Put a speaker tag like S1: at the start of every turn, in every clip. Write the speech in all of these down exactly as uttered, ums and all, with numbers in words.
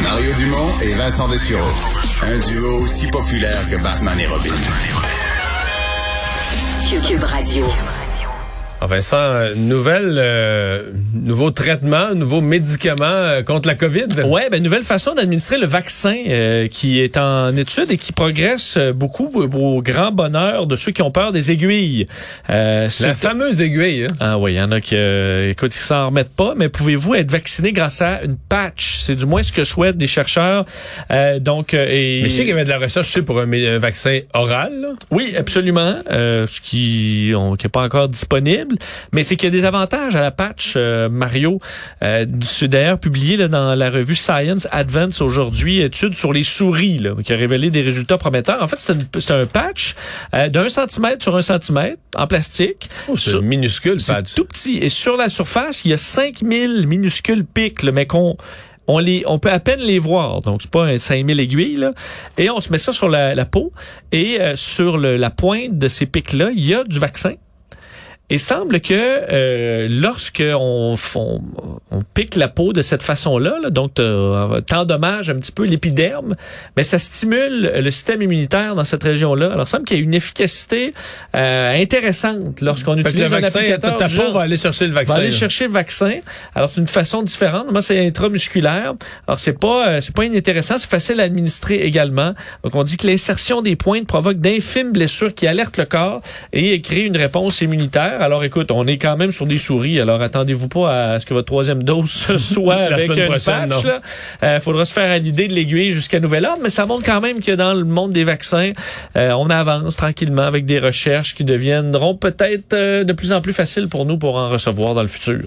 S1: Mario Dumont et Vincent Dessureau. Un duo aussi populaire que Batman et Robin.
S2: Cube Radio.
S3: Ah Vincent, nouvelle, euh, nouveau traitement, nouveau médicament euh, contre la COVID.
S4: Ouais, ben nouvelle façon d'administrer le vaccin euh, qui est en étude et qui progresse beaucoup au grand bonheur de ceux qui ont peur des aiguilles.
S3: Euh, la fameuse aiguille. Hein?
S4: Ah oui, il y en a qui, euh, écoute, ils s'en remettent pas, mais pouvez-vous être vacciné grâce à une patch? C'est du moins ce que souhaitent des chercheurs. Euh, donc, euh, et...
S3: Mais je sais qu'il y avait de la recherche, je sais, pour un, un vaccin oral. Là.
S4: Oui, absolument. Euh, ce qui n'est pas encore disponible. Mais c'est qu'il y a des avantages à la patch, euh, Mario. Euh, c'est d'ailleurs publié là, dans la revue Science Advance aujourd'hui, étude sur les souris, là, qui a révélé des résultats prometteurs. En fait, c'est, une, c'est un patch euh, d'un centimètre sur un centimètre en plastique.
S3: Oh, c'est
S4: sur,
S3: minuscule,
S4: c'est
S3: patch.
S4: Tout petit. Et sur la surface, il y a cinq mille minuscules pics, là, mais qu'on... On les, on peut à peine les voir, donc c'est pas un cinq mille aiguilles là. Et on se met ça sur la, la peau et euh, sur le, la pointe de ces pics-là, il y a du vaccin. Et semble que euh, lorsque on, on, on pique la peau de cette façon-là, là, donc euh, t'endommage un petit peu l'épiderme, mais ça stimule le système immunitaire dans cette région-là. Alors, il semble qu'il y a une efficacité euh, intéressante lorsqu'on
S3: fait
S4: utilise
S3: le
S4: un
S3: vaccin,
S4: applicateur.
S3: Ta, ta peau va aller chercher le vaccin.
S4: Va aller
S3: là.
S4: chercher le vaccin. Alors, c'est une façon différente. Moi, c'est intramusculaire. Alors, c'est pas euh, c'est pas inintéressant. C'est facile à administrer également. Donc, on dit que l'insertion des pointes provoque d'infimes blessures qui alertent le corps et crée une réponse immunitaire. Alors, écoute, on est quand même sur des souris. Alors, attendez-vous pas à ce que votre troisième dose soit avec une
S3: prochaine,
S4: patch. Il euh, faudra se faire à l'idée de l'aiguille jusqu'à nouvel ordre, mais ça montre quand même que dans le monde des vaccins, euh, on avance tranquillement avec des recherches qui deviendront peut-être euh, de plus en plus faciles pour nous pour en recevoir dans le futur.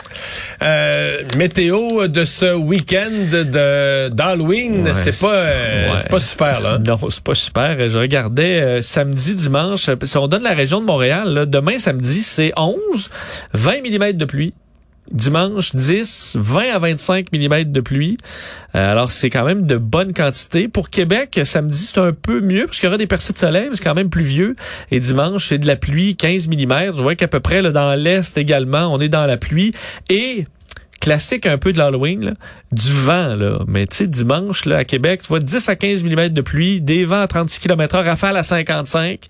S3: Euh, météo de ce week-end de d'Halloween, ouais, c'est, c'est pas euh, ouais. c'est pas super là. Hein?
S4: Non, c'est pas super. Je regardais euh, samedi, dimanche. Si on donne la région de Montréal, là, demain samedi, c'est onze, vingt millimètres de pluie. Dimanche, dix, vingt à vingt-cinq millimètres de pluie. Euh, alors, c'est quand même de bonne quantité. Pour Québec, samedi, c'est un peu mieux parce qu'il y aura des percées de soleil, mais c'est quand même pluvieux. Et dimanche, c'est de la pluie, quinze millimètres. Je vois qu'à peu près là, dans l'Est également, on est dans la pluie. Et classique un peu de l'Halloween, là, du vent, là. Mais tu sais, dimanche, là, à Québec, tu vois dix à quinze millimètres de pluie, des vents à trente-six kilomètres heure, rafale à cinquante-cinq.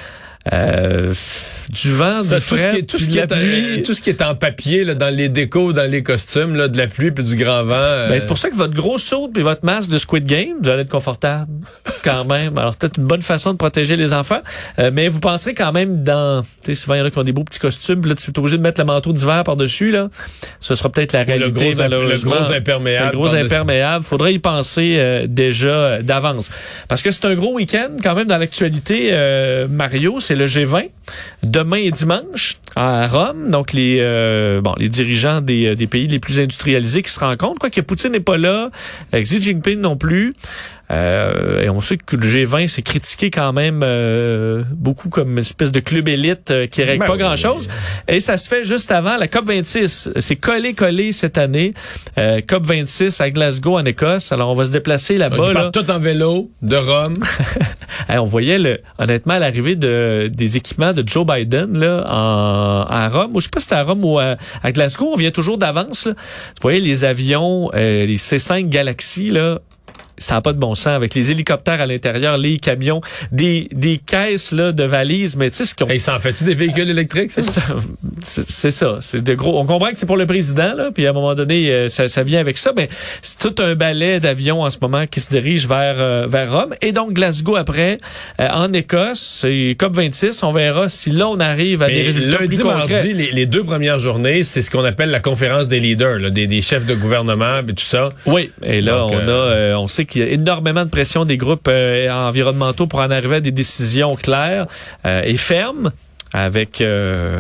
S4: Euh, du vent,
S3: ça,
S4: du
S3: tout
S4: fret,
S3: ce qui est, tout ce qui est, euh, tout ce qui est en papier là, dans les décos, dans les costumes, là, de la pluie puis du grand vent. Euh...
S4: Ben c'est pour ça que votre gros saut puis votre masque de Squid Game, vous allez être confortable quand même. Alors peut-être une bonne façon de protéger les enfants, euh, mais vous penserez quand même dans, tu sais, souvent il y en a qui ont des beaux petits costumes, là tu es obligé de mettre le manteau d'hiver par dessus là. Ce sera peut-être la réalité.
S3: Le gros,
S4: malheureusement.
S3: Le gros imperméable.
S4: Le gros imperméable. Faudrait y penser euh, déjà euh, d'avance, parce que c'est un gros week-end quand même dans l'actualité. Euh, Mario, c'est le G vingt demain et dimanche à Rome, donc les euh, bon les dirigeants des, des pays les plus industrialisés qui se rencontrent, quoique Poutine n'est pas là, Xi Jinping non plus. Euh, et on sait que le G vingt c'est critiqué quand même euh, beaucoup comme une espèce de club élite euh, qui règle ben pas oui. grand-chose. Et ça se fait juste avant la COP vingt-six. C'est collé-collé cette année. Euh, COP vingt-six à Glasgow en Écosse. Alors on va se déplacer là-bas.
S3: On
S4: là.
S3: part tout en vélo de Rome.
S4: Hey, on voyait le, honnêtement l'arrivée de des équipements de Joe Biden là en à Rome. Ou je sais pas si c'était à Rome ou à, à Glasgow. On vient toujours d'avance. Là. Vous voyez les avions, euh, les C cinq Galaxy là. Ça n'a pas de bon sens avec les hélicoptères à l'intérieur, les camions, des des caisses là de valises, mais tu sais ce qu'on.
S3: Et ça en fait-tu des véhicules électriques ça?
S4: C'est, c'est ça, c'est de gros. On comprend que c'est pour le président là, puis à un moment donné ça, ça vient avec ça, mais c'est tout un balai d'avions en ce moment qui se dirige vers euh, vers Rome et donc Glasgow après euh, en Écosse, c'est COP vingt-six, on verra si là on arrive à mais des résultats
S3: lundi,
S4: plus concrets.
S3: Mardi, les, les deux premières journées, c'est ce qu'on appelle la conférence des leaders, là, des, des chefs de gouvernement et tout ça.
S4: Oui, et là donc, on a euh, on sait qu'il y a énormément de pression des groupes euh, environnementaux pour en arriver à des décisions claires euh, et fermes avec euh,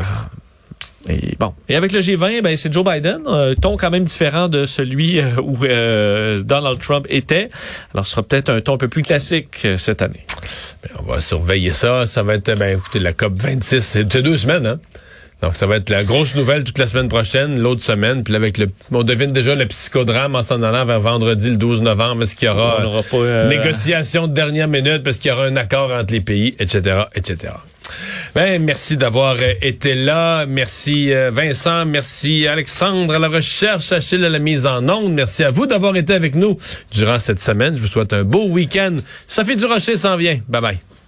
S4: et bon et avec le G vingt ben c'est Joe Biden, un ton quand même différent de celui euh, où euh, Donald Trump était. Alors ce sera peut-être un ton un peu plus classique euh, cette année.
S3: Ben, on va surveiller ça, ça va être ben écoutez la COP vingt-six, c'est, c'est deux semaines hein. Donc, ça va être la grosse nouvelle toute la semaine prochaine, l'autre semaine. Puis là, avec le, on devine déjà le psychodrame en s'en allant vers vendredi, le douze novembre. Est-ce qu'il y aura,
S4: on aura pas, euh...
S3: négociation de dernière minute parce qu'il y aura un accord entre les pays, et cetera, et cetera. Ben, merci d'avoir été là. Merci Vincent, merci Alexandre à la recherche, Achille à la mise en onde. Merci à vous d'avoir été avec nous durant cette semaine. Je vous souhaite un beau week-end. Sophie Durocher s'en vient. Bye bye.